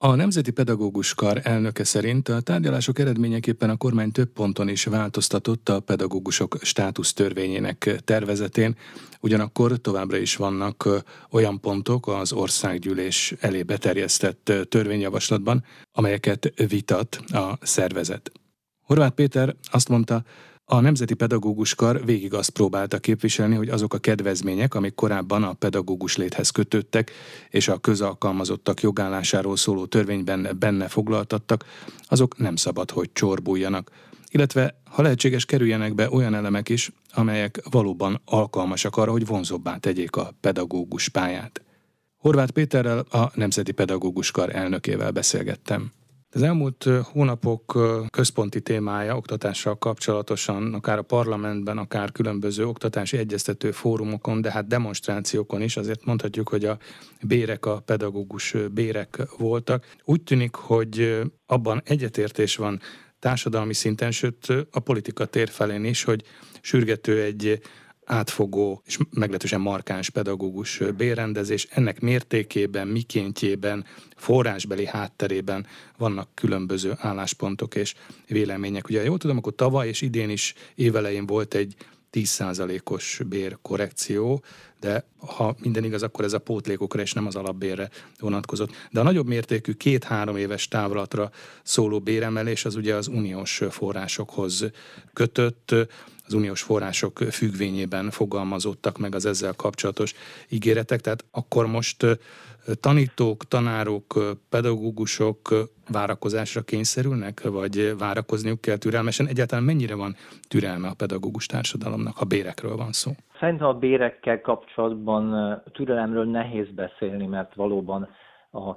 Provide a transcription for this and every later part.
A Nemzeti Pedagógus Kar elnöke szerint a tárgyalások eredményeképpen a kormány több ponton is változtatott a pedagógusok státusztörvényének tervezetén, ugyanakkor továbbra is vannak olyan pontok az országgyűlés elé beterjesztett törvényjavaslatban, amelyeket vitat a szervezet. Horváth Péter azt mondta, a Nemzeti Pedagógus Kar végig azt próbálta képviselni, hogy azok a kedvezmények, amik korábban a pedagógus léthez kötődtek, és a közalkalmazottak jogállásáról szóló törvényben benne foglaltattak, azok nem szabad, hogy csorbuljanak. Illetve, ha lehetséges, kerüljenek be olyan elemek is, amelyek valóban alkalmasak arra, hogy vonzóbbá tegyék a pedagógus pályát. Horváth Péterrel, a Nemzeti Pedagógus Kar elnökével beszélgettem. Az elmúlt hónapok központi témája oktatással kapcsolatosan, akár a parlamentben, akár különböző oktatási egyeztető fórumokon, de hát demonstrációkon is, azért mondhatjuk, hogy a bérek, a pedagógus bérek voltak. Úgy tűnik, hogy abban egyetértés van társadalmi szinten, sőt a politika tér felén is, hogy sürgető egy átfogó és meglehetősen markáns pedagógus bérrendezés. Ennek mértékében, mikéntjében, forrásbeli hátterében vannak különböző álláspontok és vélemények. Ugye jól tudom, akkor tavaly és idén is évelején volt egy 10%-os bérkorrekció, de ha minden igaz, akkor ez a pótlékokra és nem az alapbérre vonatkozott. De a nagyobb mértékű 2-3 éves távlatra szóló béremelés az ugye az uniós forrásokhoz kötött, az uniós források függvényében fogalmazódtak meg az ezzel kapcsolatos ígéretek. Tehát akkor most tanítók, tanárok, pedagógusok várakozásra kényszerülnek, vagy várakozniuk kell türelmesen? Egyáltalán mennyire van türelme a pedagógus társadalomnak, ha bérekről van szó? Szerintem a bérekkel kapcsolatban türelemről nehéz beszélni, mert valóban a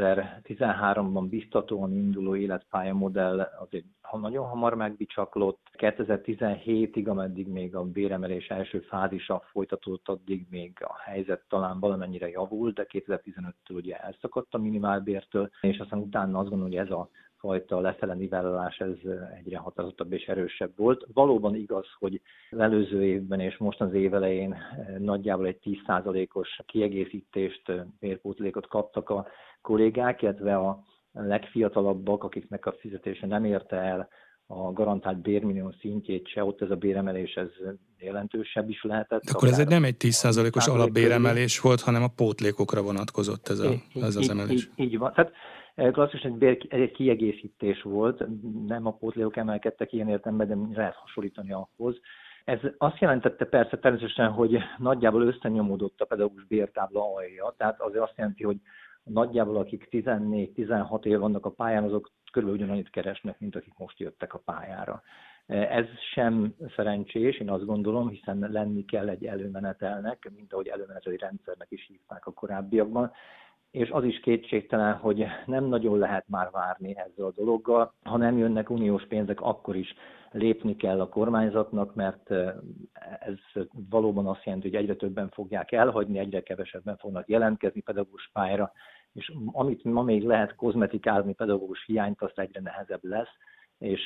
2013-ban biztatóan induló életpályamodell azért nagyon hamar megbicsaklott. 2017-ig, ameddig még a béremelés első fázisa folytatódott, addig még a helyzet talán valamennyire javult, de 2015-től ugye elszakadt a minimálbértől, és aztán utána azt gondolom, hogy ez a fajta lefele nivellálás ez egyre határozottabb és erősebb volt. Valóban igaz, hogy az előző évben és most az év elején nagyjából egy 10%-os kiegészítést, bérpótlékot kaptak a kollégák, illetve a legfiatalabbak, akiknek a fizetése nem érte el a garantált bérminimum szintjét se, ott ez a béremelés ez jelentősebb is lehetett. De akkor ez nem egy 10%-os alapbéremelés volt, hanem a pótlékokra vonatkozott ez az emelés. Így van. Tehát klasszikusan egy kiegészítés volt, nem a pótlékok emelkedtek ilyen értelemben, de lehet hasonlítani ahhoz. Ez azt jelentette persze természetesen, hogy nagyjából összenyomódott a pedagógus bértábla alja, tehát azért azt jelenti, hogy nagyjából akik 14-16 év vannak a pályán, azok körülbelül ugyanannyit keresnek, mint akik most jöttek a pályára. Ez sem szerencsés, én azt gondolom, hiszen lenni kell egy előmenetelnek, mint ahogy előmeneteli rendszernek is hívták a korábbiakban. És az is kétségtelen, hogy nem nagyon lehet már várni ezzel a dologgal. Ha nem jönnek uniós pénzek, akkor is lépni kell a kormányzatnak, mert ez valóban azt jelenti, hogy egyre többen fogják elhagyni, egyre kevesebben fognak jelentkezni pedagógus pályára, és amit ma még lehet kozmetikázni pedagógus hiányt, azt egyre nehezebb lesz, és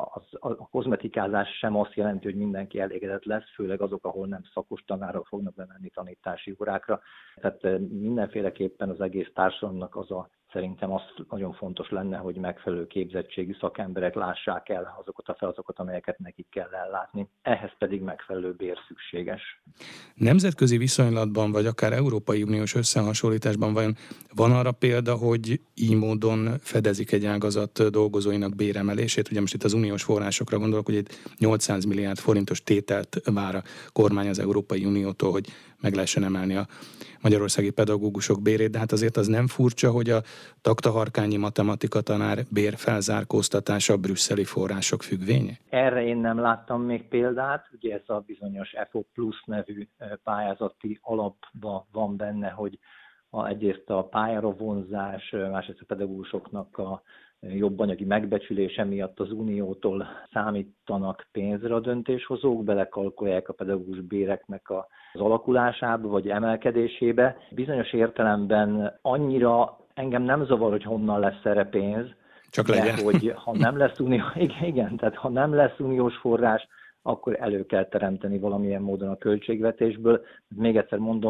a kozmetikázás sem azt jelenti, hogy mindenki elégedett lesz, főleg azok, ahol nem szakos tanárok fognak bemenni tanítási órákra. Tehát mindenféleképpen az egész társadalomnak szerintem az nagyon fontos lenne, hogy megfelelő képzettségű szakemberek lássák el azokat a feladatokat, amelyeket nekik kell ellátni. Ehhez pedig megfelelő bér szükséges. Nemzetközi viszonylatban, vagy akár Európai Uniós összehasonlításban vajon van arra példa, hogy így módon fedezik egy ágazat dolgozóinak béremelését? Ugye most itt az uniós forrásokra gondolok, hogy itt 800 milliárd forintos tételt vár a kormány az Európai Uniótól, hogy meg lehessen emelni a magyarországi pedagógusok bérét, de hát azért az nem furcsa, hogy a taktaharkányi matematika tanár bérfelzárkóztatása brüsszeli források függvénye? Erre én nem láttam még példát, ugye ez a bizonyos FO Plus nevű pályázati alapban van benne, hogy egyrészt a pályára vonzás, másrészt a pedagógusoknak a jobb anyagi megbecsülése miatt az uniótól számítanak pénzre a döntéshozók, belekalkulják a pedagógus béreknek az alakulásába vagy emelkedésébe. Bizonyos értelemben annyira engem nem zavar, hogy honnan lesz erre pénz, csak legyen. De hogy ha nem lesz tehát ha nem lesz uniós forrás, akkor elő kell teremteni valamilyen módon a költségvetésből. Még egyszer mondom,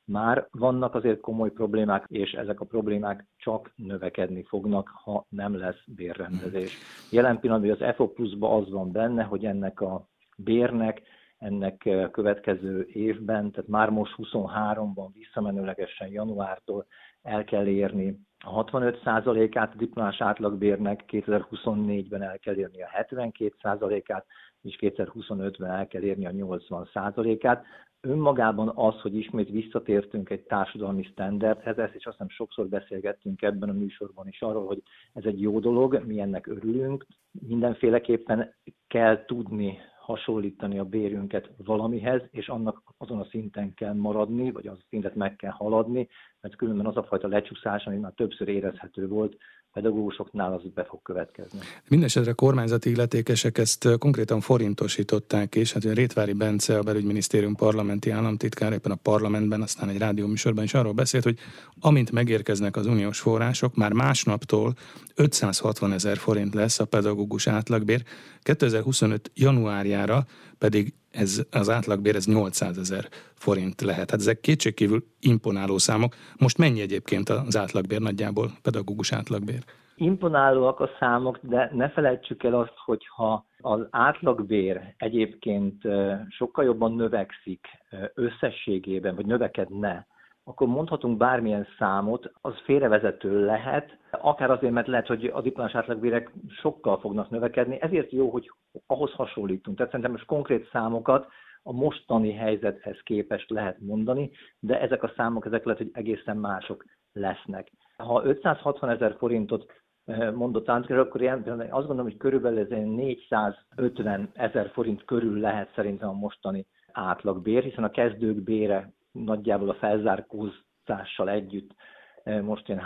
Már vannak azért komoly problémák, és ezek a problémák csak növekedni fognak, ha nem lesz bérrendezés. Jelen pillanatban az FO Plus-ban az van benne, hogy ennek a bérnek, ennek következő évben, tehát már most 23-ban visszamenőlegesen januártól el kell érni a 65%-át a diplomás átlagbérnek, 2024-ben el kell érni a 72%-át, és 2025-ben el kell érni a 80%-át. Önmagában az, hogy ismét visszatértünk egy társadalmi sztenderdhez, ezt is azt hiszem sokszor beszélgettünk ebben a műsorban is arról, hogy ez egy jó dolog, mi ennek örülünk. Mindenféleképpen kell tudni hasonlítani a bérünket valamihez, és annak azon a szinten kell maradni, vagy az a szintet meg kell haladni, mert különben az a fajta lecsúszás, ami már többször érezhető volt, pedagógusoknál az be fog következni. Mindenesetre kormányzati illetékesek ezt konkrétan forintosították is. Hát Rétvári Bence, a Belügyminisztérium parlamenti államtitkár éppen a parlamentben, aztán egy rádióműsorban is arról beszélt, hogy amint megérkeznek az uniós források, már másnaptól 560 000 forint lesz a pedagógus átlagbér, 2025 januárjára pedig ez az átlagbér, ez 800 000 forint lehet. Hát ezek kétségkívül imponáló számok. Most mennyi egyébként az átlagbér nagyjából, pedagógus átlagbér? Imponálóak a számok, de ne felejtsük el azt, hogyha az átlagbér egyébként sokkal jobban növekszik összességében, vagy növekedne, akkor mondhatunk bármilyen számot, az félrevezető lehet, akár azért, mert lehet, hogy a diplomás átlagbérek sokkal fognak növekedni, ezért jó, hogy ahhoz hasonlítunk. Tehát szerintem most konkrét számokat a mostani helyzethez képest lehet mondani, de ezek a számok, ezek lehet, hogy egészen mások lesznek. Ha 560 000 forintot mondott András, akkor azt gondolom, hogy körülbelül ez 450 000 forint körül lehet szerintem a mostani átlagbér, hiszen a kezdők bére nagyjából a felzárkózással együtt most ilyen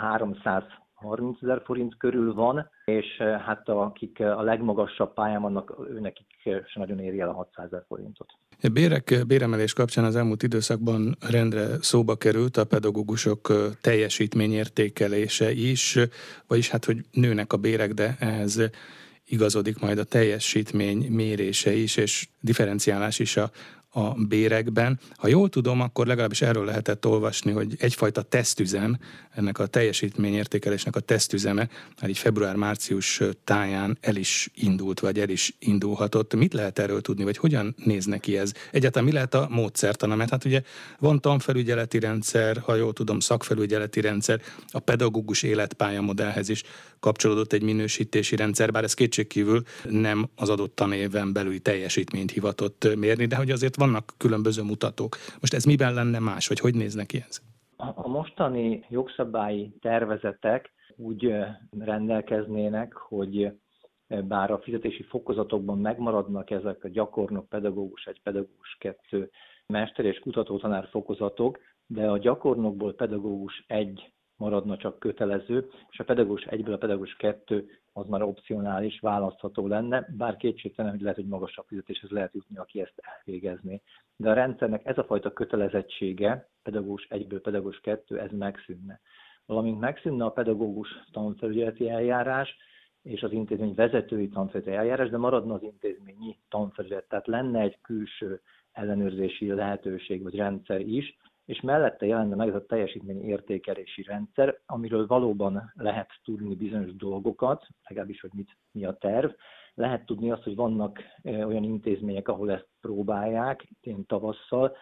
330 000 forint körül van, és hát akik a legmagasabb pályán vannak, őnekik se nagyon éri el a 600 000 forintot. A béremelés kapcsán az elmúlt időszakban rendre szóba került a pedagógusok teljesítményértékelése is, vagyis hát, hogy nőnek a bérek, de ehhez igazodik majd a teljesítmény mérése is, és differenciálás is a bérekben. Ha jól tudom, akkor legalábbis erről lehetett olvasni, hogy egyfajta tesztüzem, ennek a teljesítményértékelésnek a tesztüzeme, hát így február-március táján el is indult, vagy el is indulhatott. Mit lehet erről tudni, vagy hogyan néz neki ez? Egyáltalán mi lehet a módszertana? Mert hát ugye van tanfelügyeleti rendszer, ha jól tudom, szakfelügyeleti rendszer, a pedagógus életpályamodellhez is kapcsolódott egy minősítési rendszer, bár ez kétségkívül nem az adott tanéven belüli teljesítményt hivatott mérni, de hogy azért vannak különböző mutatók. Most ez miben lenne más, vagy hogy néz neki ez? A mostani jogszabályi tervezetek úgy rendelkeznének, hogy bár a fizetési fokozatokban megmaradnak ezek a gyakornok, pedagógus 1, pedagógus 2, mester és kutatótanár fokozatok, de a gyakornokból pedagógus 1 maradna csak kötelező, és a pedagógus 1-ből a pedagógus 2 az már opcionális, választható lenne, bár kétségtelen, hogy lehet, hogy magasabb fizetéshez lehet jutni, aki ezt elvégezné. De a rendszernek ez a fajta kötelezettsége, pedagógus 1-ből pedagógus 2, ez megszűnne. Valamint megszűnne a pedagógus tanfelügyeleti eljárás, és az intézmény vezetői tanfelügyeleti eljárás, de maradna az intézményi tanfelügyelet. Tehát lenne egy külső ellenőrzési lehetőség vagy rendszer is, és mellette jelenne meg ez a teljesítményértékelési rendszer, amiről valóban lehet tudni bizonyos dolgokat, legalábbis, hogy mi a terv. Lehet tudni azt, hogy vannak olyan intézmények, ahol ezt próbálják, én tavasszal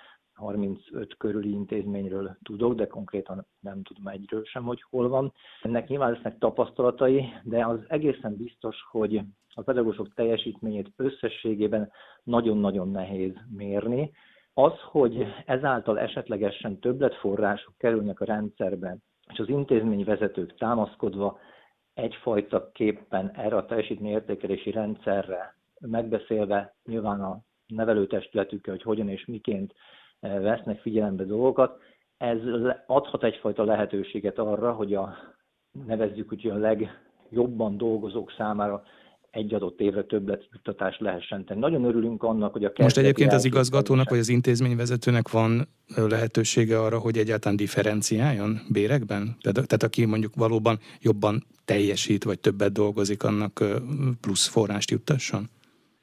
35 körüli intézményről tudok, de konkrétan nem tudom egyről sem, hogy hol van. Ennek nyilván lesznek tapasztalatai, de az egészen biztos, hogy a pedagógusok teljesítményét összességében nagyon-nagyon nehéz mérni. Az, hogy ezáltal esetlegesen többletforrások kerülnek a rendszerbe, és az intézményvezetők támaszkodva egyfajta képpen erre a teljesítményértékelési rendszerre megbeszélve nyilván a nevelőtestületükkel, hogy hogyan és miként vesznek figyelembe dolgokat, ez adhat egyfajta lehetőséget arra, hogy nevezzük úgy a legjobban dolgozók számára egy adott évre többletjuttatást lehessen tenni. Nagyon örülünk annak, hogy a most egyébként az igazgatónak vagy az intézményvezetőnek van lehetősége arra, hogy egyáltalán differenciáljon bérekben? Tehát aki mondjuk valóban jobban teljesít, vagy többet dolgozik, annak plusz forrást juttasson?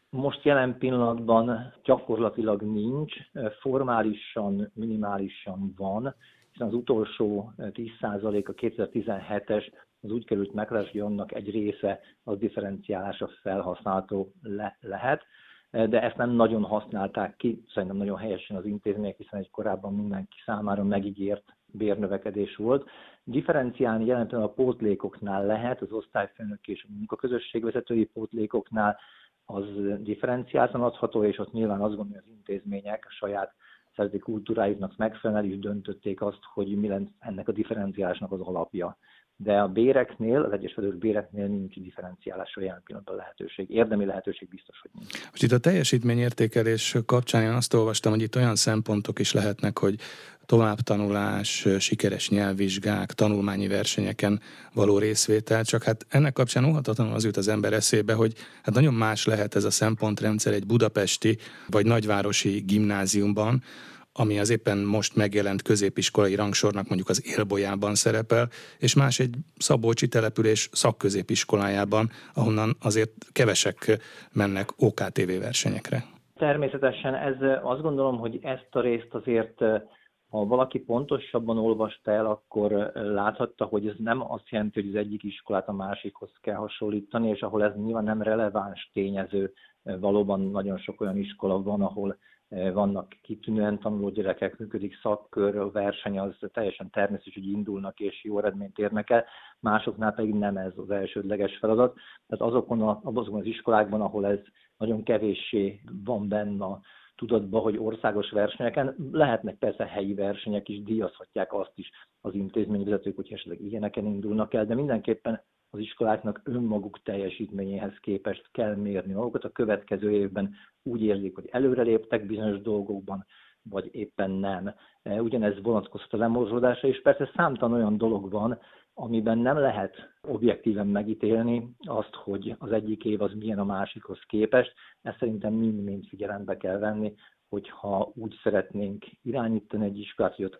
Most jelen pillanatban gyakorlatilag nincs, formálisan, minimálisan van, hiszen az utolsó 10% a 2017-es, az úgy került meglátásra, hogy annak egy része az differenciálásra felhasználható lehet, de ezt nem nagyon használták ki, szerintem nagyon helyesen az intézmények, hiszen egy korábban mindenki számára megígért bérnövekedés volt. Differenciálni jelen pillanatban a pótlékoknál lehet, az osztályfőnök és a munkaközösségvezetői pótlékoknál az differenciáltan adható, és ott nyilván azt gondolom, hogy az intézmények a saját szerzeti kultúrájuknak megfelelően is döntötték azt, hogy mi lesz ennek a differenciálásnak az alapja. De a béreknél, az egyes fedős béreknél nincs differenciálásra jelen pillanatban lehetőség. Érdemi lehetőség biztos, hogy nincs. Most itt a teljesítményértékelés kapcsán én azt olvastam, hogy itt olyan szempontok is lehetnek, hogy továbbtanulás, sikeres nyelvvizsgák, tanulmányi versenyeken való részvétel, csak hát ennek kapcsán óhatatlanul az jut az ember eszébe, hogy hát nagyon más lehet ez a szempontrendszer egy budapesti vagy nagyvárosi gimnáziumban, ami az éppen most megjelent középiskolai rangsornak mondjuk az élbolyában szerepel, és más egy szabolcsi település szakközépiskolájában, ahonnan azért kevesek mennek OKTV versenyekre. Természetesen azt gondolom, hogy ezt a részt azért, ha valaki pontosabban olvasta el, akkor láthatta, hogy ez nem azt jelenti, hogy az egyik iskolát a másikhoz kell hasonlítani, és ahol ez nyilván nem releváns tényező, valóban nagyon sok olyan iskola van, ahol vannak kitűnően tanuló gyerekek, működik szakkör, a verseny az teljesen természetes, hogy indulnak és jó eredményt érnek el, másoknál pedig nem ez az elsődleges feladat. Tehát azokon az iskolákban, ahol ez nagyon kevéssé van benne a tudatban, hogy országos versenyeken, lehetnek persze helyi versenyek is, díjazhatják azt is az intézményvezetők, hogy esetleg ilyeneken indulnak el, de mindenképpen az iskoláknak önmaguk teljesítményéhez képest kell mérni magukat. A következő évben úgy érzik, hogy előreléptek bizonyos dolgokban, vagy éppen nem. Ugyanez vonatkozhat a lemorzsolódásra, és persze számtalan olyan dolog van, amiben nem lehet objektíven megítélni azt, hogy az egyik év az milyen a másikhoz képest. Ezt szerintem mind figyelembe kell venni, hogyha úgy szeretnénk irányítani egy iskolát, hogy ott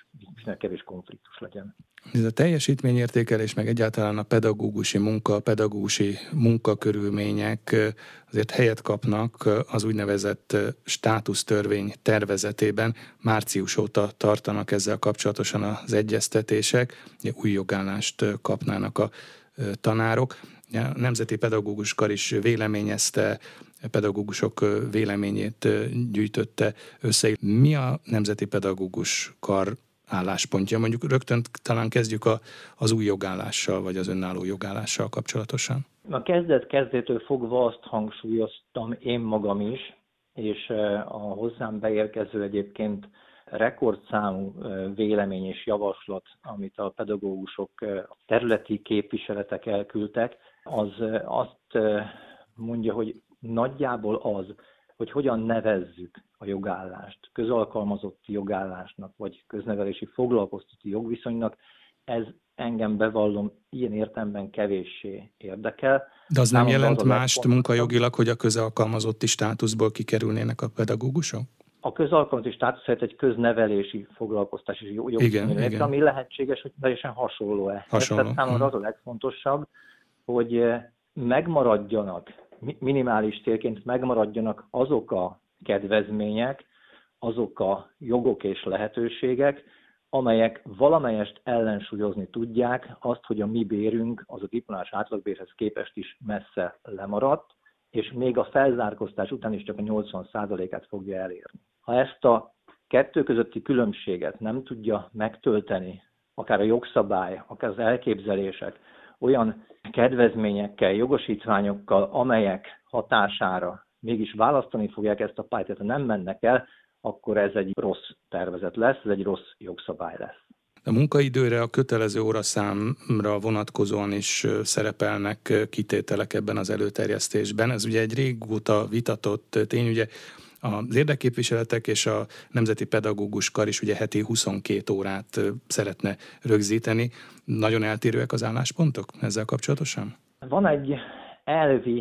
kevés konfliktus legyen. Ez a teljesítményértékelés, meg egyáltalán a pedagógusi munka, a pedagógusi munkakörülmények azért helyet kapnak az úgynevezett státusztörvény tervezetében. Március óta tartanak ezzel kapcsolatosan az egyeztetések, új jogállást kapnának a tanárok. A Nemzeti Pedagógus Kar is véleményezte, pedagógusok véleményét gyűjtötte össze. Mi a Nemzeti Pedagógus Kar álláspontja? Mondjuk rögtön talán kezdjük az új jogállással, vagy az önálló jogállással kapcsolatosan. A kezdettől fogva azt hangsúlyoztam én magam is, és a hozzám beérkező egyébként rekordszámú vélemény és javaslat, amit a pedagógusok területi képviseletek elküldtek, az azt mondja, hogy nagyjából az, hogy hogyan nevezzük a jogállást, közalkalmazotti jogállásnak, vagy köznevelési foglalkoztatói jogviszonynak, ez engem, bevallom, ilyen értelemben kevéssé érdekel. De az nem jelent mást munkajogilag, hogy a közalkalmazotti státuszból kikerülnének a pedagógusok? A közalkalmazotti státusz helyett egy köznevelési foglalkoztatási jogviszony, ami lehetséges, hogy teljesen hasonló-e. Tehát számomra az a legfontosabb, hogy megmaradjanak, minimális célként megmaradjanak azok a kedvezmények, azok a jogok és lehetőségek, amelyek valamelyest ellensúlyozni tudják azt, hogy a mi bérünk az a diplomás átlagbérhez képest is messze lemaradt, és még a felzárkóztatás után is csak a 80%-át fogja elérni. Ha ezt a kettő közötti különbséget nem tudja megtölteni, akár a jogszabály, akár az elképzelések, olyan kedvezményekkel, jogosítványokkal, amelyek hatására mégis választani fogják ezt a pályát, ha nem mennek el, akkor ez egy rossz tervezet lesz, ez egy rossz jogszabály lesz. A munkaidőre, a kötelező óraszámra vonatkozóan is szerepelnek kitételek ebben az előterjesztésben. Ez ugye egy régóta vitatott tény, ugye az érdekképviseletek és a Nemzeti Pedagógus Kar is ugye heti 22 órát szeretne rögzíteni. Nagyon eltérőek az álláspontok ezzel kapcsolatosan? Van egy elvi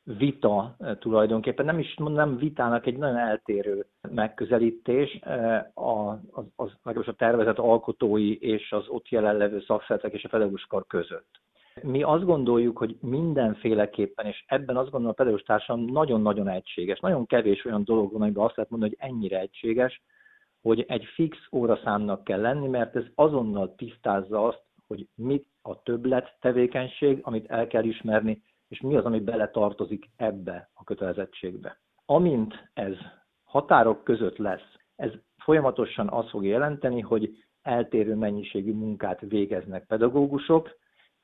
vita tulajdonképpen, nem is mondanám vitának, egy nagyon eltérő megközelítés legalábbis a tervezet alkotói és az ott jelenlevő szakszervezetek és a pedagógus kar között. Mi azt gondoljuk, hogy mindenféleképpen, és ebben azt gondolom a pedagógus társadalom nagyon-nagyon egységes. Nagyon kevés olyan dolog van, amiben azt lehet mondani, hogy ennyire egységes, hogy egy fix óraszámnak kell lenni, mert ez azonnal tisztázza azt, hogy mit a többlet tevékenység, amit el kell ismerni, és mi az, ami beletartozik ebbe a kötelezettségbe. Amint ez határok között lesz, ez folyamatosan azt fog jelenteni, hogy eltérő mennyiségű munkát végeznek pedagógusok,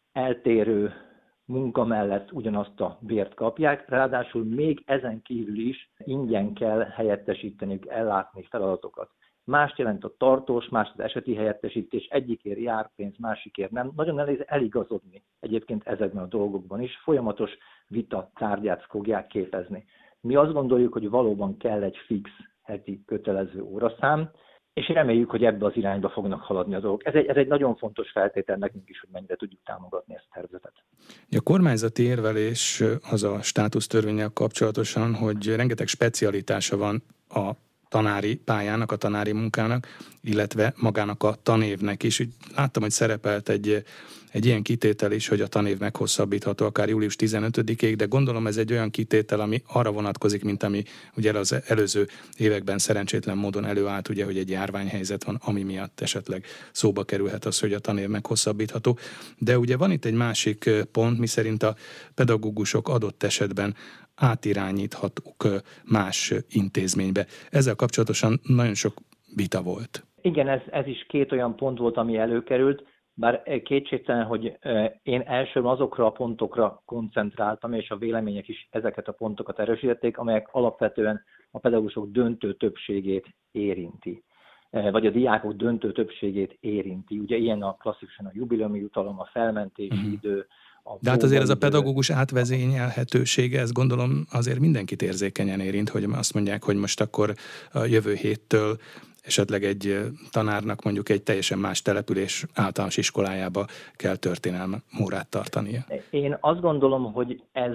eltérő munka mellett ugyanazt a bért kapják, ráadásul még ezen kívül is ingyen kell helyettesíteniük, ellátni feladatokat. Mást jelent a tartós, más az eseti helyettesítés, egyikért jár pénz, másikért nem. Nagyon nehéz eligazodni egyébként ezekben a dolgokban is, folyamatos vita tárgyát fogják képezni. Mi azt gondoljuk, hogy valóban kell egy fix heti kötelező óraszám, és reméljük, hogy ebbe az irányba fognak haladni a dolgok. Ez egy nagyon fontos feltétel nekünk is, hogy mennyire tudjuk támogatni ezt a tervezetet. A kormányzati érvelés az a státusztörvénnyel kapcsolatosan, hogy rengeteg specialitása van a tanári pályának, a tanári munkának, illetve magának a tanévnek is. Úgy láttam, hogy szerepelt egy ilyen kitétel is, hogy a tanév meghosszabbítható akár július 15-ig, de gondolom ez egy olyan kitétel, ami arra vonatkozik, mint ami ugye az előző években szerencsétlen módon előállt, ugye, hogy egy járványhelyzet van, ami miatt esetleg szóba kerülhet az, hogy a tanév meghosszabbítható. De ugye van itt egy másik pont, miszerint a pedagógusok adott esetben átirányíthatók más intézménybe. Ezzel kapcsolatosan nagyon sok vita volt. Igen, ez is két olyan pont volt, ami előkerült, bár kétségtelen, hogy én elsősorban azokra a pontokra koncentráltam, és a vélemények is ezeket a pontokat erősítették, amelyek alapvetően a pedagógusok döntő többségét érinti, vagy a diákok döntő többségét érinti. Ugye ilyen a klasszikusan a jubileumi jutalom, a felmentési idő. De hát azért ez a pedagógus átvezényelhetősége, ezt gondolom azért mindenkit érzékenyen érint, hogy azt mondják, hogy most akkor a jövő héttől esetleg egy tanárnak mondjuk egy teljesen más település általános iskolájába kell történelmi órát tartania. Én azt gondolom, hogy ez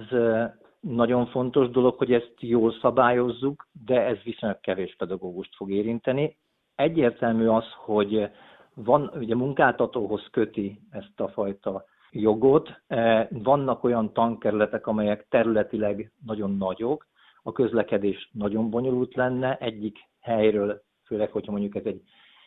nagyon fontos dolog, hogy ezt jól szabályozzuk, de ez viszonylag kevés pedagógust fog érinteni. Egyértelmű az, hogy van, ugye munkáltatóhoz köti ezt a fajta jogot. Vannak olyan tankerületek, amelyek területileg nagyon nagyok, a közlekedés nagyon bonyolult lenne, egyik helyről, főleg, hogyha mondjuk ez egy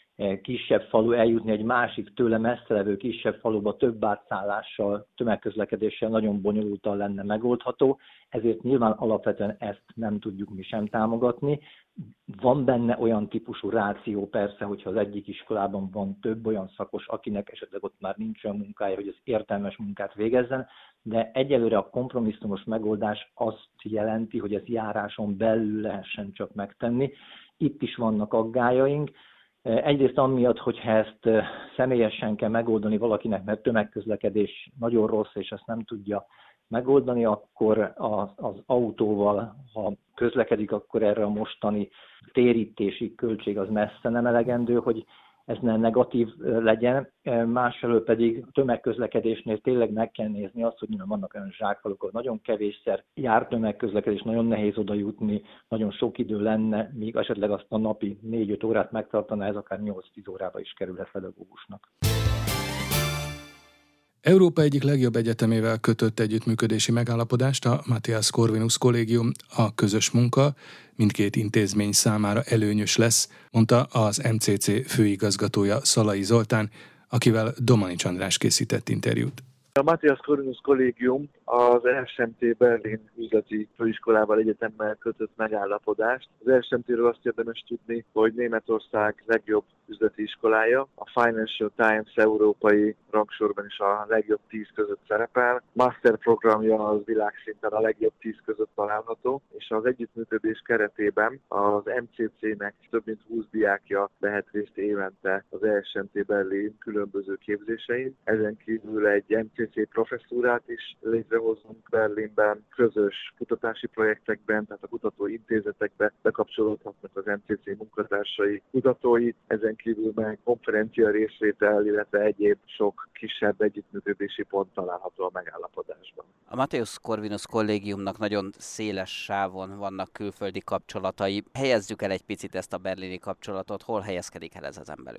kisebb falu, eljutni egy másik tőle messze levő kisebb faluba több átszállással, tömegközlekedéssel nagyon bonyolultan lenne megoldható, ezért nyilván alapvetően ezt nem tudjuk mi sem támogatni. Van benne olyan típusú ráció persze, hogyha az egyik iskolában van több olyan szakos, akinek esetleg ott már nincs olyan munkája, hogy az értelmes munkát végezzen, de egyelőre a kompromisszumos megoldás azt jelenti, hogy ez járáson belül lehessen csak megtenni. Itt is vannak aggályaink. Egyrészt amiatt, hogyha ezt személyesen kell megoldani valakinek, mert tömegközlekedés nagyon rossz, és ezt nem tudja megoldani, akkor az autóval, ha közlekedik, akkor erre a mostani térítési költség az messze nem elegendő, hogy ez ne negatív legyen. Másfelől pedig a tömegközlekedésnél tényleg meg kell nézni azt, hogy vannak olyan zsákfaluk, ahol nagyon kevésszer jár tömegközlekedés, nagyon nehéz oda jutni, nagyon sok idő lenne, míg esetleg azt a napi 4-5 órát megtartaná, ez akár 8-10 órába is kerülhet pedagógusnak. Európa egyik legjobb egyetemével kötött együttműködési megállapodást a Matthias Corvinus Kollégium. A közös munka mindkét intézmény számára előnyös lesz, mondta az MCC főigazgatója Szalai Zoltán, akivel Domanics András készített interjút. A Matthias Corvinus Kollégium az RSMT Berlin üzleti főiskolával, egyetemmel kötött megállapodást. Az RSMT-ről azt érdemes tudni, hogy Németország legjobb üzleti iskolája, a Financial Times európai rangsorban is a legjobb 10 között szerepel. Master programja az világszinten a legjobb 10 között található, és az együttműködés keretében az MCC-nek több mint 20 diákja vehet részt évente az RSMT Berlin különböző képzésein. Ezen kívül egy MCC professzúrát is létrehozunk Berlinben, közös kutatási projektekben, tehát a kutatóintézetekbe bekapcsolódhatnak az MCC munkatársai, kutatói, ezen kívül meg konferencia részvétel, illetve egyéb sok kisebb együttműködési pont található a megállapodásban. A Matthias Corvinus Kollégiumnak nagyon széles sávon vannak külföldi kapcsolatai. Helyezzük el egy picit ezt a berlini kapcsolatot, hol helyezkedik el ez ezen belül?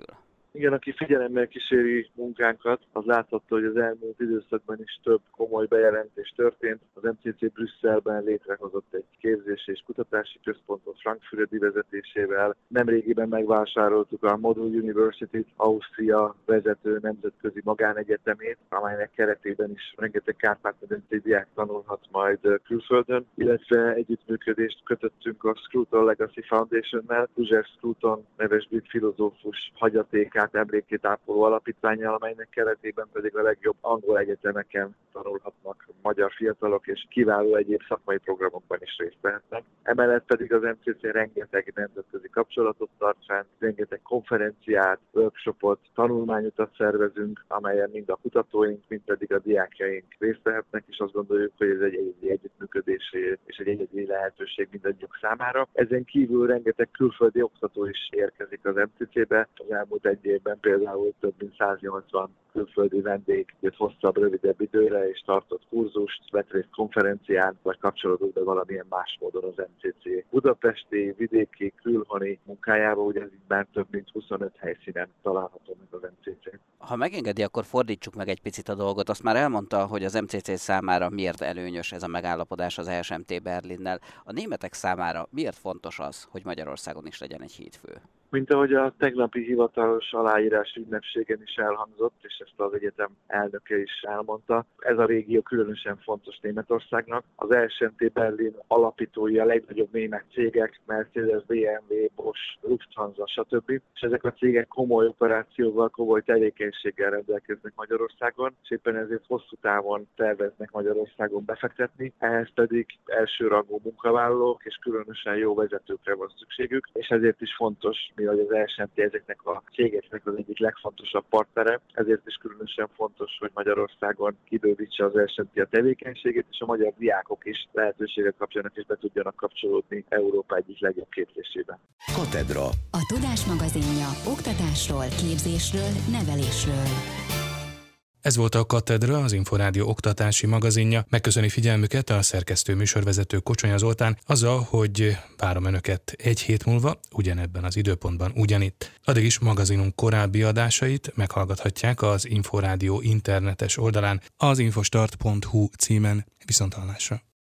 Igen, aki figyelemmel kíséri munkánkat, az láthatta, hogy az elmúlt időszakban is több komoly bejelentés történt. Az MCC Brüsszelben létrehozott egy képzési és kutatási központot Frank Füredi vezetésével. Nemrégiben megvásároltuk a Model University-t, Ausztria vezető nemzetközi magánegyetemét, amelynek keretében is rengeteg kárpát-medencei diák tanulhat majd külföldön, illetve együttműködést kötöttünk a Scruton Legacy Foundation-nel, Roger Scruton neves brit filozófus hagyatékát, emlékét ápoló alapítvánnyal, amelynek keretében pedig a legjobb angol egyetemeken tanulhatnak magyar fiatalok, és kiváló egyéb szakmai programokban is részt vehetnek. Emellett pedig az MCC rengeteg nemzetközi kapcsolatot tart fenn, rengeteg konferenciát, workshopot, tanulmányutat szervezünk, amelyen mind a kutatóink, mind pedig a diákjaink részt vehetnek, és azt gondoljuk, hogy ez egy egyedi együttműködési és egy egyedi lehetőség mindannyiunk számára. Ezen kívül rengeteg külföldi oktató is érkezik az MCC-be. Az elmúlt egy évben például több mint 180 külföldi vendég jött hosszabb, rövidebb időre, és tartott kurzust, vett részt konferencián, vagy kapcsolódott be valamilyen más módon az MCC budapesti, vidéki, külhoni munkájába, ugye ez így már több mint 25 helyszínen található meg az MCC. Ha megengedi, akkor fordítsuk meg egy picit a dolgot. Azt már elmondta, hogy az MCC számára miért előnyös ez a megállapodás az ESMT Berlinnel. A németek számára miért fontos az, hogy Magyarországon is legyen egy hídfő? Mint ahogy a tegnapi hivatalos aláírás ünnepségen is elhangzott, és ezt az egyetem elnöke is elmondta, ez a régió különösen fontos Németországnak. Az ESMT Berlin alapítói a legnagyobb német cégek, Mercedes, BMW, Bosch, Lufthansa, stb. És ezek a cégek komoly operációval, komoly tevékenységgel rendelkeznek Magyarországon, és éppen ezért hosszú távon terveznek Magyarországon befektetni, ehhez pedig elsőrangú munkavállalók és különösen jó vezetőkre van szükségük, és ezért is fontos, mivel az ESMT ezeknek a cégeknek az egyik legfontosabb partnere, ezért is különösen fontos, hogy Magyarországon kibővítse az ESMT a tevékenységét, és a magyar diákok is lehetőséget kapjanak és be tudjanak kapcsolódni Európa egyik legjobb képzésébe. Katedra. A Tudás magazinja oktatásról, képzésről, nevelésről. Ez volt a Katedra, az Inforádió oktatási magazinja. Megköszöni figyelmüket a szerkesztő műsorvezető Kocsonya Zoltán azzal, hogy várom Önöket egy hét múlva, ugyanebben az időpontban, ugyanitt. Addig is magazinunk korábbi adásait meghallgathatják az Inforádió internetes oldalán, az infostart.hu címen. Viszonthallásra.